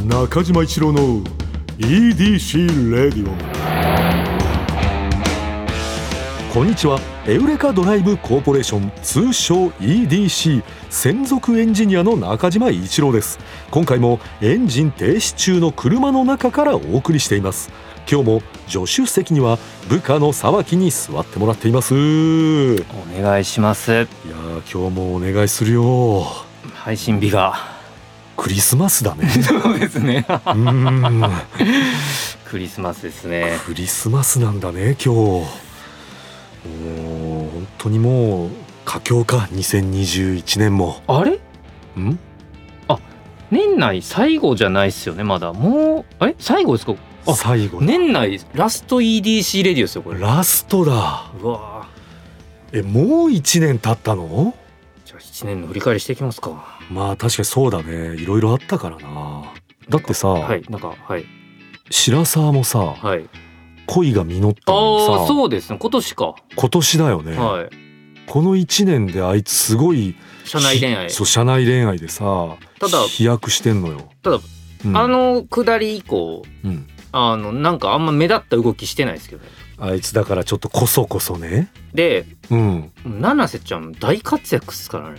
中島一郎の EDC レディオ。こんにちは。エウレカドライブコーポレーション、通称 EDC 専属エンジニアの中島一郎です。今回もエンジン停止中の車の中からお送りしています。今日も助手席には部下の沢木に座ってもらっています。 お願いします。 いや今日もお願いするよ。 配信日がクリスマスだね。 そうですねクリスマスですね。 クリスマスなんだね今日。もう本当にもう佳境か。2021年もあれ年内最後じゃないっすよね。まだもう最後ですか。 最後だ。 年内ラスト EDC レディオですよこれ。 ラストだ。 うわもう1年経ったの。 じゃあ1年の振り返りしていきますか。 まあ確かにそうだね。いろいろあったからな。だってさ、白沢もさ、恋が実ったのにさ。 そうですね。今年か。 今年だよね、この1年であいつすごい社内恋愛。 そう社内恋愛でさ、 ただ飛躍してんのよ。 ただ、あの下り以降、なんかあんま目立った動きしてないですけどね。 あいつだからちょっとこそこそね。 で、七瀬ちゃん大活躍っすからね。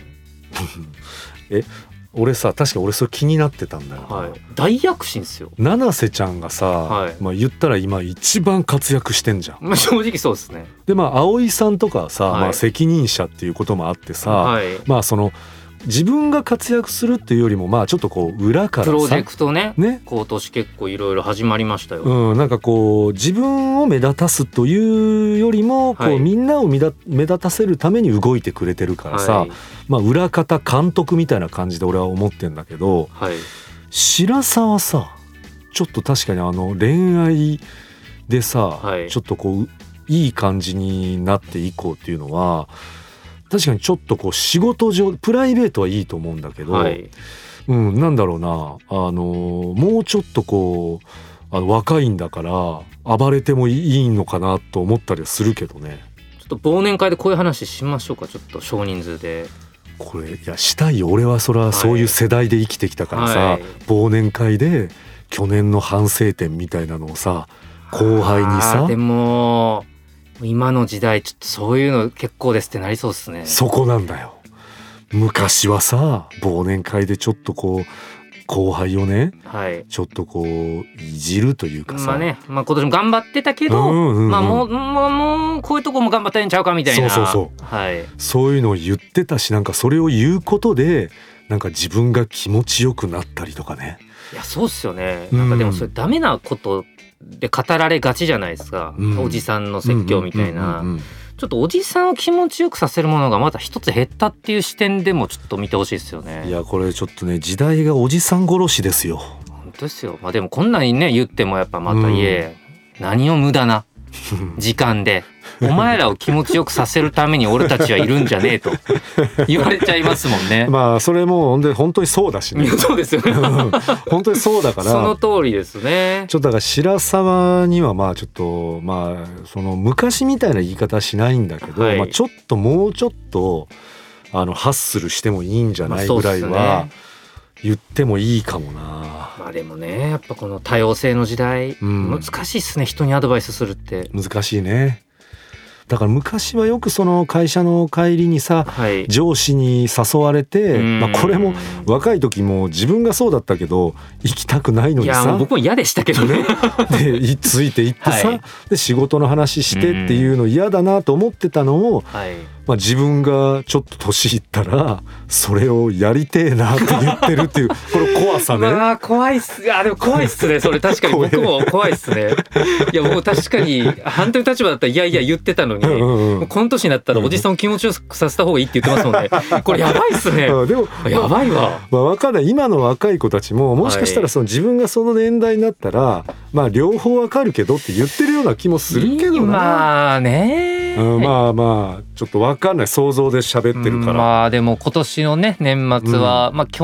俺さ、確か俺それ気になってたんだよ、 大躍進っすよ。 七瀬ちゃんがさ、言ったら今一番活躍してんじゃん。 正直そうですね。 で葵さんとかさ、責任者っていうこともあってさ、その自分が活躍するっていうよりもちょっとこう裏からさプロジェクトね今年結構いろいろ始まりましたよ。 なんかこう自分を目立たすというよりもこうみんなを目立たせるために動いてくれてるからさ、裏方監督みたいな感じで俺は思ってんだけど、白沢さちょっと確かに恋愛でさ、ちょっとこういい感じになっていこうっていうのは確かにちょっとこう仕事上プライベートはいいと思うんだけど、なんだろうな、もうちょっとこう若いんだから暴れてもいいのかなと思ったりはするけどね。 ちょっと忘年会でこういう話しましょうか。ちょっと少人数でこれしたいよ。俺はそれはそういう世代で生きてきたからさ、忘年会で去年の反省点みたいなのをさ後輩にさ。 でも今の時代ちょっとそういうの結構ですってなりそうですね。 そこなんだよ。昔はさ忘年会でちょっとこう後輩をね、ちょっとこういじるというかさ、 今年も頑張ってたけど、もうこういうとこも頑張ったんちゃうかみたいな。そういうのを言ってたし、なんかそれを言うことでなんか自分が気持ちよくなったりとかね。 いやそうっすよね。なんかでもそれダメなことで語られがちじゃないですか、おじさんの説教みたいな。ちょっとおじさんを気持ちよくさせるものがまた一つ減ったっていう視点でもちょっと見てほしいですよね。 いやこれちょっとね時代がおじさん殺しですよ。 本当ですよ。でもこんなにね言ってもやっぱまた何を無駄な時間でお前らを気持ちよくさせるために俺たちはいるんじゃねえと言われちゃいますもんね。 それも本当にそうだしね。 そうですよね本当にそうだからその通りですね。 ちょっとだから白沢にはちょっとその昔みたいな言い方はしないんだけど、ちょっともうちょっとハッスルしてもいいんじゃないぐらいは言ってもいいかもな。 でもねやっぱこの多様性の時代、難しいっすね。人にアドバイスするって難しいね。だから昔はよくその会社の帰りにさ、上司に誘われて、これも若い時も自分がそうだったけど行きたくないのにさ。 いや僕も嫌でしたけどねでついて行ってさ、で仕事の話してっていうの嫌だなと思ってたのを、自分がちょっと年いったらそれをやりてえなって言ってるっていうこの怖さね。 怖いっす。でも怖いっすねそれ。確かに僕も怖いっすねいやもう確かに反対の立場だったらいや言ってたのに、もうこの年になったらおじさんを気持ちよくさせた方がいいって言ってますもんねこれやばいっすねでもやばいわ。 分かんない。今の若い子たちももしかしたら自分がその年代になったら両方わかるけどって言ってるような気もするけどな。ちょっと分かんない。想像で喋ってるから。 でも今年のね年末は、去年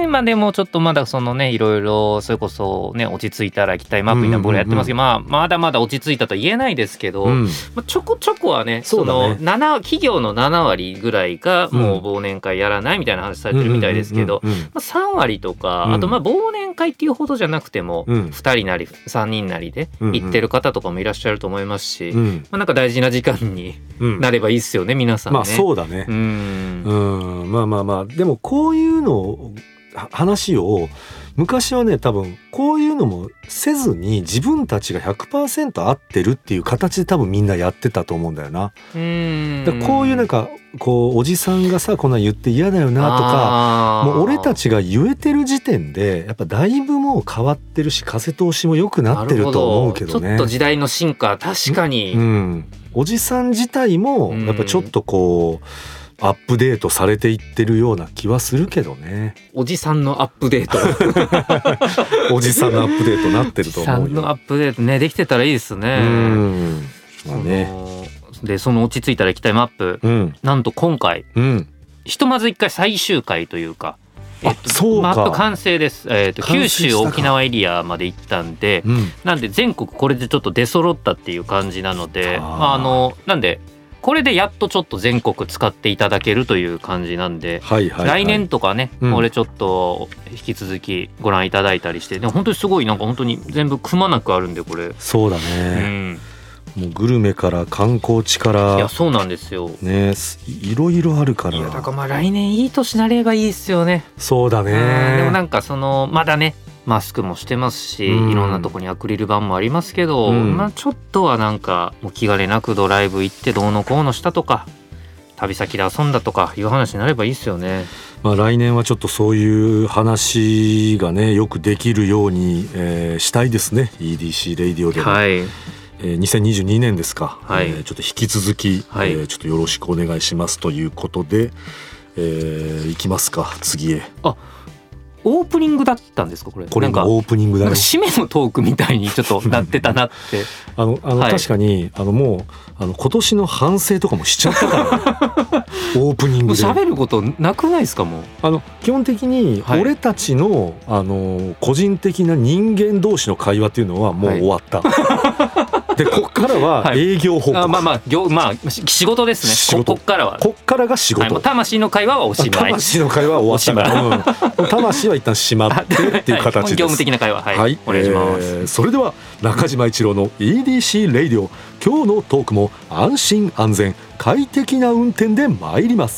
まあでもちょっとまだそのねいろいろそれこそね落ち着いたら行きたいマップみたいなボールやってますけど、まあまだまだ落ち着いたとは言えないですけど、まあ、ちょこちょこはねその企業の7割ぐらいがもう忘年会やらないみたいな話されてるみたいですけど、3割とかあとまあ忘年会っていうほどじゃなくても2人なり3人なりで行ってる方とかもいらっしゃると思いますし、まあなんか大事な時間になればいいっすよね、皆さんね。 まあそうだね。まあまあまあでもこういうの話を昔はね多分こういうのもせずに自分たちが 100% 合ってるっていう形で多分みんなやってたと思うんだよな。だからこういうなんかこうおじさんがさこんなん言って嫌だよなとかもう俺たちが言えてる時点でやっぱだいぶもう変わってるし風通しも良くなってると思うけどね。 ちょっと時代の進化確かに、 おじさん自体もやっぱちょっとこうアップデートされていってるような気はするけどね。 おじさんのアップデートおじさんのアップデートなってると思うよ。 おじさんのアップデートねできてたらいいですね。 まあね。 でその落ち着いたら行きたいマップ、なんと今回、ひとまず一回最終回というか、 そうかマップ完成です。九州沖縄エリアまで行ったんで、なんで全国これでちょっと出揃ったっていう感じなので、なんでこれでやっとちょっと全国使っていただけるという感じなんで、来年とかね、これちょっと引き続きご覧いただいたりして、でも本当にすごいなんか本当に全部くまなくあるんでこれ。 そうだね。もうグルメから観光地からいやそうなんですよね、いろいろあるから。 いやだからまあ来年いい年なればいいですよね。 そうだね。 でもなんかそのまだねマスクもしてますし、いろんなとこにアクリル板もありますけど、まあちょっとはなんかもう気兼ねなくドライブ行ってどうのこうのしたとか旅先で遊んだとかいう話になればいいですよね。 まあ来年はちょっとそういう話がねよくできるように、したいですね EDC レイディオでも。2022年ですか、ちょっと引き続き、ちょっとよろしくお願いしますということで、いきますか次へ。 オープニングだったんですかこれ。 これがオープニングだね。 締めのトークみたいにちょっとなってたなって確かにもう今年の反省とかもしちゃったからオープニングで喋ることなくないですか。もう基本的に俺たちの、個人的な人間同士の会話っていうのはもう終わった、でこっからは営業報告、 まあ仕事ですね。こっからが仕事、魂の会話はおしまい。 魂の会話は終わったから、魂は一旦しまってっていう形です。 業務的な会話、お願いします。 それでは中島一郎の EDC レイディオ、今日のトークも安心安全快適な運転で参ります。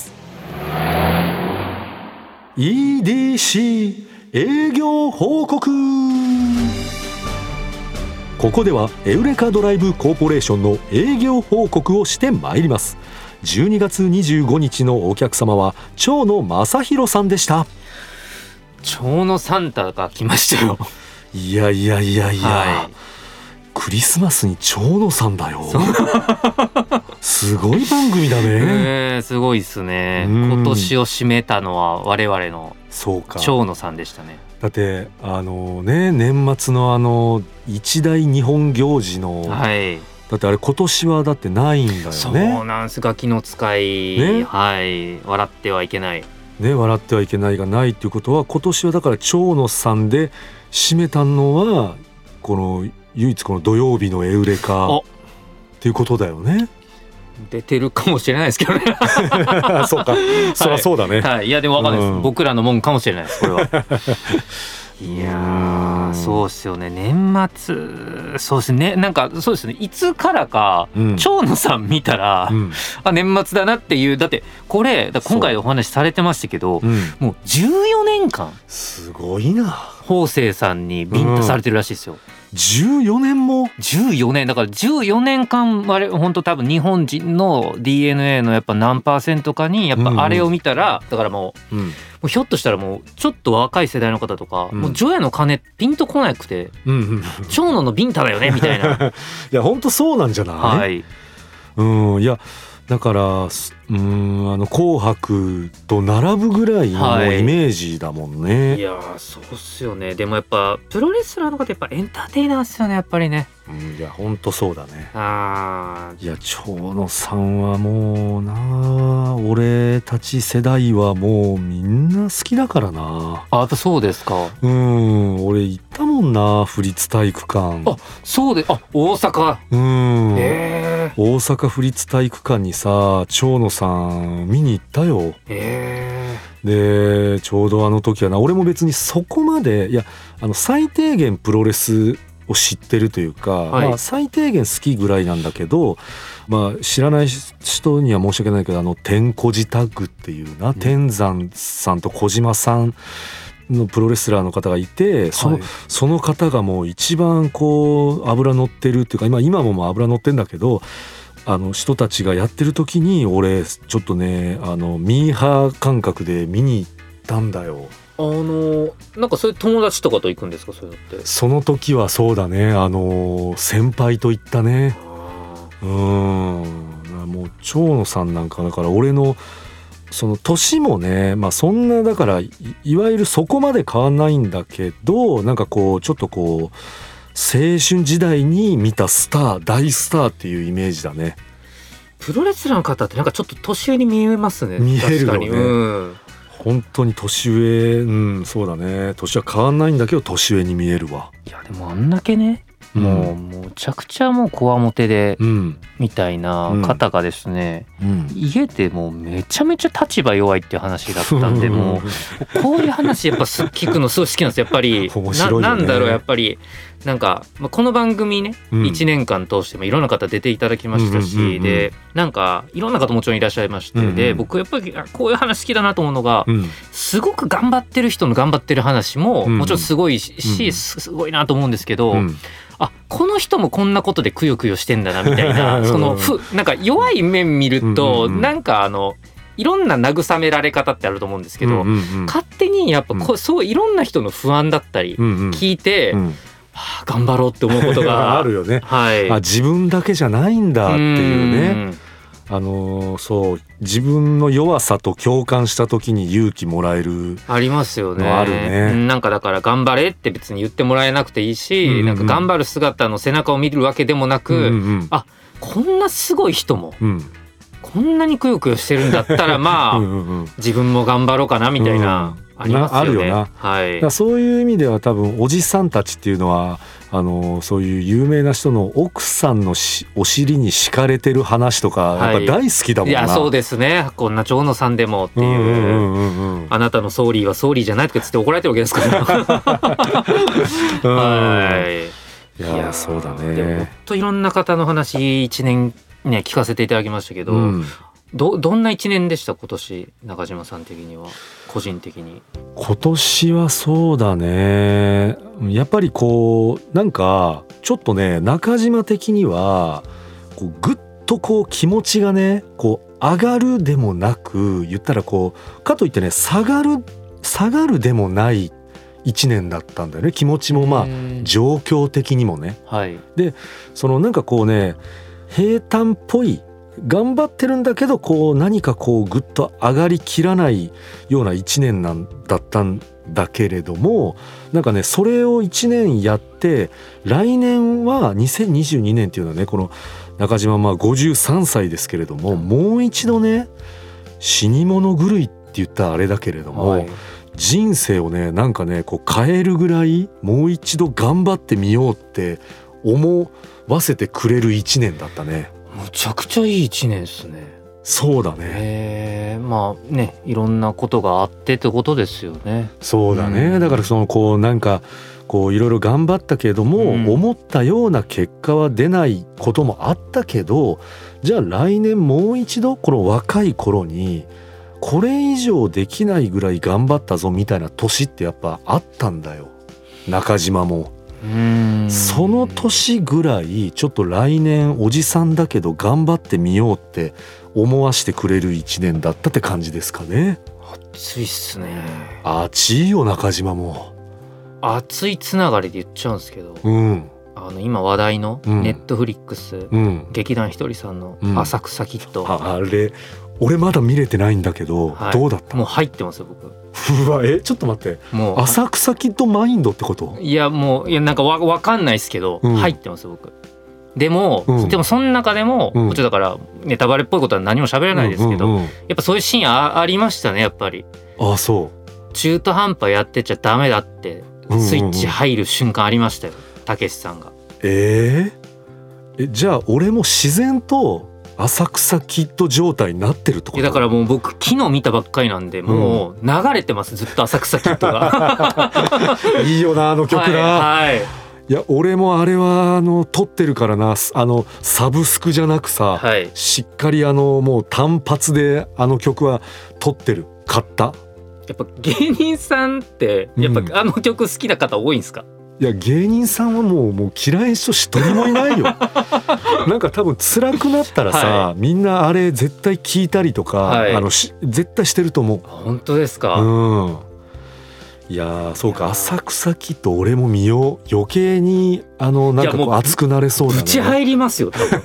EDC 営業報告。ここではエウレカドライブコーポレーションの営業報告をしてまいります。12月25日のお客様は蝶野正弘さんでした。 蝶野サンタが来ましたよ。 いや、クリスマスに蝶野さんだよ。すごい番組だね。 すごいですね。今年を締めたのは我々の蝶野さんでしたね。 だって年末の一大日本行事の、だってあれ今年はだってないんだよね。 そうなんです。ガキの使い、笑ってはいけないね、笑ってはいけないがないっていうことは今年はだから蝶野さんで締めたのはこの唯一この土曜日のエウレカっていうことだよね。 出てるかもしれないですけどね。 そうか、そりゃそうだね。 いやでも分かんないです、僕らのもんかもしれないですこれは。いやそうですよね。年末そうですね。なんかそうですね、いつからか蝶野さん見たら、年末だなっていう。だってこれ今回お話しされてましたけど、もう14年間すごいな、 方正さんにビンタされてるらしいですよ。 14年も 14年だから14年間あれ本当多分日本人の DNA のやっぱ何%かにやっぱあれを見たら、だからもうひょっとしたらもうちょっと若い世代の方とか、もう除夜の鐘ピンとこなくて、蝶野のビンタだよねみたいな。 いや本当そうなんじゃない。いやだから紅白と並ぶぐらいのイメージだもんね。 いやそうっすよね。でもやっぱプロレスラーの方やっぱエンターテイナーっすよねやっぱりね。 いやほんとそうだね。 あいや長野さんはもうな、俺たち世代はもうみんな好きだからな。 やっぱそうですか。 俺行ったもんな、府立体育館。 そうで、大阪。 大阪府立体育館にさ、長野さん見に行ったよ。でちょうどあの時はな、俺も別にそこまで、いや最低限プロレスを知ってるというか、最低限好きぐらいなんだけど、知らない人には申し訳ないけど、天小路タッグっていうな、天山さんと小島さんのプロレスラーの方がいて、その方がもう一番こう脂乗ってるっていうか、今も脂乗ってんだけど、人たちがやってる時に俺ちょっとねミーハー感覚で見に行ったんだよ。 なんかそういう友達とかと行くんですか、そういうのって。 その時はそうだね、先輩と行ったね。もう長野さんなんかだから俺のその年もね、そんなだから いわゆるそこまで変わんないんだけど、なんかこうちょっとこう青春時代に見たスター、大スターっていうイメージだね。 プロレスラーの方ってなんかちょっと年上に見えますね。 見えるよね。 確かに、 本当に年上、そうだね。年は変わんないんだけど年上に見えるわ。 いやでもあんだけね、もうむちゃくちゃもうこわもてで、みたいな方がですね、家でもうめちゃめちゃ立場弱いっていう話だったんで、もうこういう話やっぱ聞くのすごい好きなんですよ、やっぱり。 面白いよね。 なんだろう、やっぱりなんかこの番組ね、1年間通してもいろんな方出ていただきましたし、でなんかいろんな方もちろんいらっしゃいまして、で僕やっぱりこういう話好きだなと思うのが、すごく頑張ってる人の頑張ってる話ももちろんすごいし、すごいなと思うんですけど、この人もこんなことでくよくよしてんだなみたいなそのなんか弱い面見ると、なんかいろんな慰められ方ってあると思うんですけど、勝手にやっぱそういろんな人の不安だったり聞いて、頑張ろうって思うことがあるよね。自分だけじゃないんだっていうね。そう自分の弱さと共感した時に勇気もらえるありますよね。 あるね。 なんかだから頑張れって別に言ってもらえなくていいし、なんか頑張る姿の背中を見るわけでもなく、こんなすごい人も、こんなにくよくよしてるんだったら自分も頑張ろうかなみたいな、ありますよね。 あるよな。そういう意味では多分おじさんたちっていうのはそういう有名な人の奥さんのお尻に敷かれてる話とかやっぱ大好きだもんな。いやそうですね。こんな長野さんでもっていう、あなたのソーリーはソーリーじゃないとかつって怒られてるわけですからいやそうだね。でももっといろんな方の話1年ね聞かせていただきましたけど、どんな1年でした今年、中島さん的には、個人的に。 今年はそうだね、やっぱりこうなんかちょっとね、中島的にはこうぐっとこう気持ちがねこう上がるでもなく、言ったらこうかといってね下がるでもない1年だったんだよね。気持ちも状況的にもね、でそのなんかこうね平坦っぽい頑張ってるんだけどこう何かこうぐっと上がりきらないような1年だったんだけれども、なんかねそれを1年やって来年は2022年っていうのはね、この中島53歳ですけれども、もう一度ね死に物狂いって言ったらあれだけれども、人生をねなんかねこう変えるぐらいもう一度頑張ってみようって思わせてくれる1年だったね。 むちゃくちゃいい1年ですね。 そうだね。 いろんなことがあってってことですよね。 そうだね。だからそのこうなんかこういろいろ頑張ったけれども、思ったような結果は出ないこともあったけど、じゃあ来年もう一度この若い頃にこれ以上できないぐらい頑張ったぞみたいな年ってやっぱあったんだよ、中島も。その年ぐらいちょっと来年おじさんだけど頑張ってみようって思わせてくれる1年だったって感じですかね。 熱いっすね。 熱いよ中島も。 熱いつながりで言っちゃうんですけど、今話題のネットフリックス、劇団ひとりさんの浅草キッド、 あれ俺まだ見れてないんだけど、どうだった？ もう入ってますよ僕。 うわちょっと待って、もう浅草キッドマインドってこと？ いやもうなんかわかんないですけど、入ってます僕。でもその中でも、ちょっとだからネタバレっぽいことは何も喋らないですけど、やっぱそういうシーン ありましたねやっぱり。 あ、そう中途半端やってちゃダメだってスイッチ入る瞬間ありましたよ、たけしさんが。 じゃあ俺も自然と浅草キッド状態になってるってこと？ だからもう僕昨日見たばっかりなんで、もう流れてますずっと浅草キッドがいいよなあの曲な。 はい、 いや俺もあれは撮ってるからな、サブスクじゃなくさ、しっかりもう単発で曲は撮ってる、買った。 やっぱ芸人さんってやっぱ曲好きな方多いんですか？ いや芸人さんはもう嫌いな人一人もいないよなんか多分辛くなったらさ、みんなあれ絶対聞いたりとか、絶対してると思う。 本当ですか？ いやそうか、浅草キッド俺も見よう。余計になんかこう熱くなれそうだね。 ぶち入りますよ多分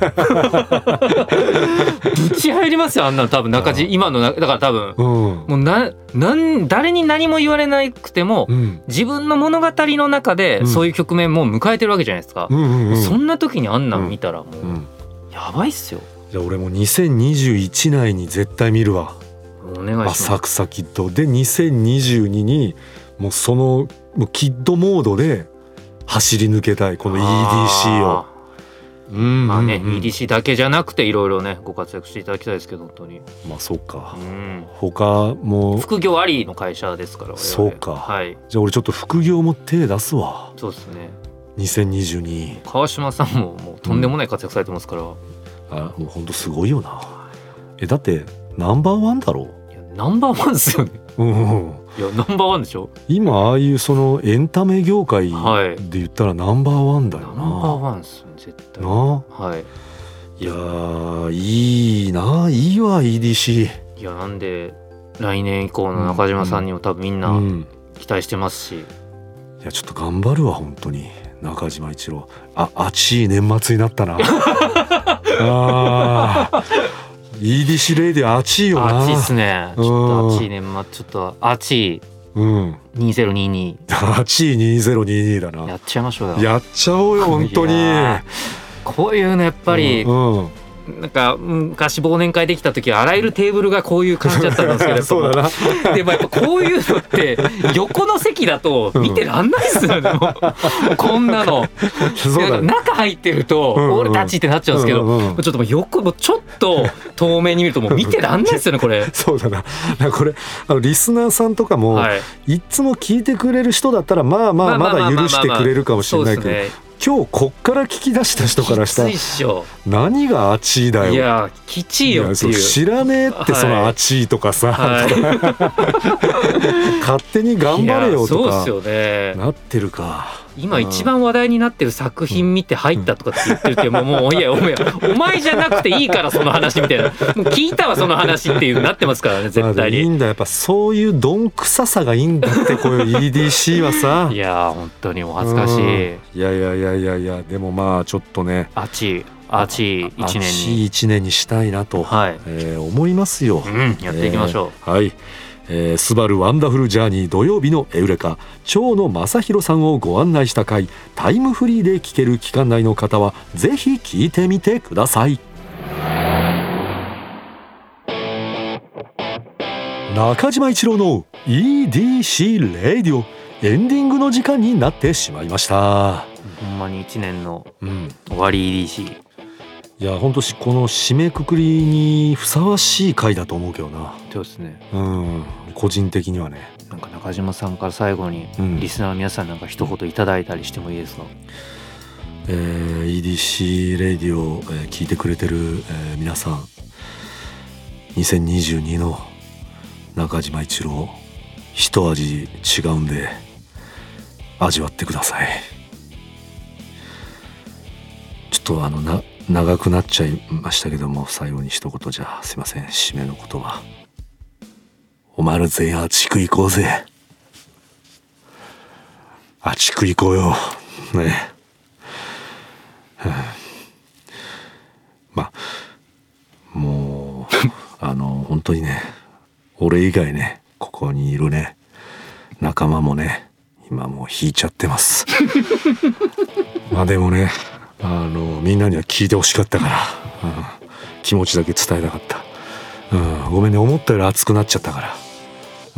ぶち入りますよあんなの多分中地今のだから多分、もう誰に何も言われなくても、自分の物語の中でそういう局面も迎えてるわけじゃないですか。そんな時にあんなん見たらもうやばいっすよ。 じゃあ俺も2021内に絶対見るわ。 お願いします。 浅草キッドで2022にもうもうキッドモードで走り抜けたいこの EDC を。 まあね、EDC だけじゃなくていろいろねご活躍していただきたいですけど、本当に。 まあそうか、他も副業ありの会社ですから。 そうか、じゃあ俺ちょっと副業も手出すわ。 そうですね。 2022 川島さんももうとんでもない活躍されてますから、 もう本当すごいよな。だってナンバーワンだろ。 いやナンバーワンですよね。いやナンバーワンでしょ今。ああいうそのエンタメ業界で言ったらナンバーワンだよな。 ナンバーワンですね絶対な。いやいいな、いいわ EDC。 いやなんで来年以降の中島さんにも多分みんな期待してますし、いやちょっと頑張るわ本当に。中島一郎暑い年末になったなEDC レイディ暑いよな。 暑いっすね。ちょっと暑い年末、ちょっと暑い2022。 暑い2022だな。 やっちゃいましょうよ。 やっちゃおうよ本当に。 こういうのやっぱり、なんか昔忘年会できた時あらゆるテーブルがこういう感じだったんですけどそうだな。 でもやっぱこういうのって横の席だと見てらんないっすよね、もうこんなの。中入ってると俺たちってなっちゃうんですけど、ちょっと横もちょっと遠目に見るともう見てらんないっすよねこれ。 そうだな。これリスナーさんとかも、いつも聞いてくれる人だったらまだ許してくれるかもしれないけど、今日こっから聞き出した人からしたら何が暑いだよ。 いやきちいよっていう。 知らねえってその暑いとかさ、勝手に頑張れよとかなってるか。 今一番話題になってる作品見て入ったとかって言ってるけど、もういやお前じゃなくていいからその話みたいな、もう聞いたわその話っていうなってますからね絶対に。 いいんだやっぱそういうどんくささがいいんだってこういう EDC はさ。 いや本当にお恥ずかしい。 いやでもまあちょっとね暑い1 年にしたいなと、思いますよ。 やっていきましょう。スバルワンダフルジャーニー土曜日のエウレカ、蝶野正弘さんをご案内した回、タイムフリーで聴ける期間内の方はぜひ聴いてみてください。中島一郎の EDC レイディオ、エンディングの時間になってしまいました。 ほんまに1年の終わり EDC、 いや本当この締めくくりにふさわしい回だと思うけどな。 そうですね。 個人的にはね。 なんか中島さんから最後にリスナーの皆さんなんか一言いただいたりしてもいいですか？ EDC レディオ聞いてくれてる、皆さん、2022の中島一郎一味違うんで味わってください。ちょっと長くなっちゃいましたけども、最後に一言じゃすいません。締めの言葉、お前ら全員あちく行こうぜ。あちく行こうよね。まあもう本当にね、俺以外ねここにいるね仲間もね今もう引いちゃってますまあでもねみんなには聞いてほしかったから、気持ちだけ伝えたかった、ごめんね思ったより熱くなっちゃったから、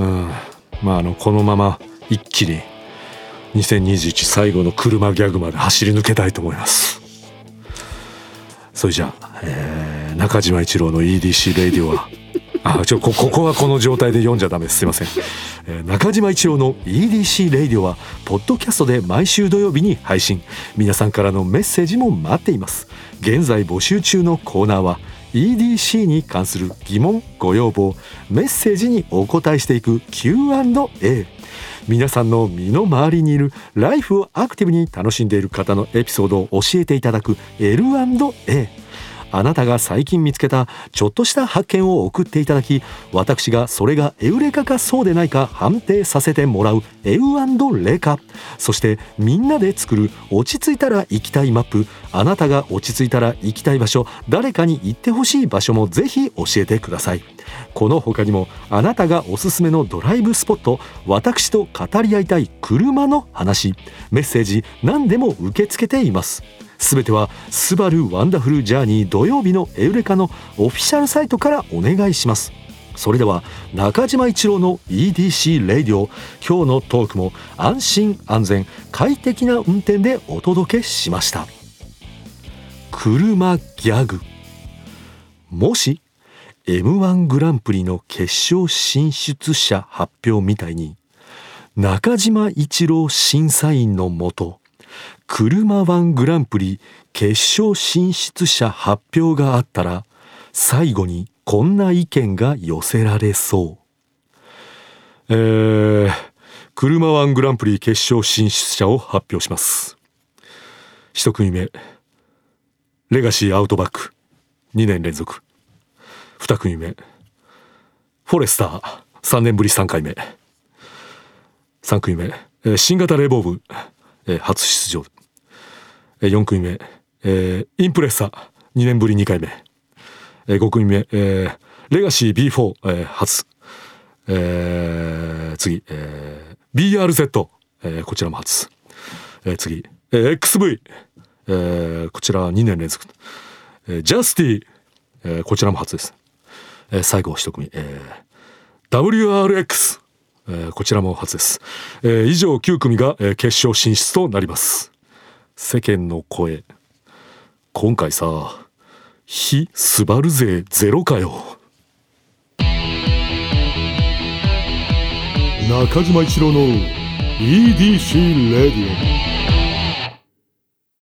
まあこのまま一気に2021最後の車ギャグまで走り抜けたいと思います。それじゃあ、中島一郎の EDC レイディオはここはこの状態で読んじゃダメです。すいません。中島一郎の EDC レイディオはポッドキャストで毎週土曜日に配信。皆さんからのメッセージも待っています。現在募集中のコーナーは EDC に関する疑問ご要望メッセージにお答えしていく Q&A。 皆さんの身の回りにいるライフをアクティブに楽しんでいる方のエピソードを教えていただく L&A。あなたが最近見つけたちょっとした発見を送っていただき、私がそれがエウレカかそうでないか判定させてもらうエウ&レカ。そしてみんなで作る落ち着いたら行きたいマップ。あなたが落ち着いたら行きたい場所、誰かに行ってほしい場所もぜひ教えてください。この他にもあなたがおすすめのドライブスポット、私と語り合いたい車の話、メッセージ何でも受け付けています。すべてはスバルワンダフルジャーニー土曜日のエウレカのオフィシャルサイトからお願いします。それでは中島一郎の EDC レイディオ、今日のトークも安心安全快適な運転でお届けしました。車ギャグ。もし M1 グランプリの決勝進出者発表みたいに中島一郎審査員のもと車1グランプリ決勝進出者発表があったら、最後にこんな意見が寄せられそう。車1グランプリ決勝進出者を発表します。1組目レガシーアウトバック2年連続。2組目フォレスター3年ぶり3回目。3組目新型レボーブ初出場。4組目インプレッサ2年ぶり2回目。5組目レガシー B4 初。次BRZ こちらも初。次XV こちら2年連続。ジャスティこちらも初です。最後1組WRXこちらも初です。以上9組が決勝進出となります。世間の声、今回さ非スバル勢ゼロかよ。中島一郎の EDC レディオ。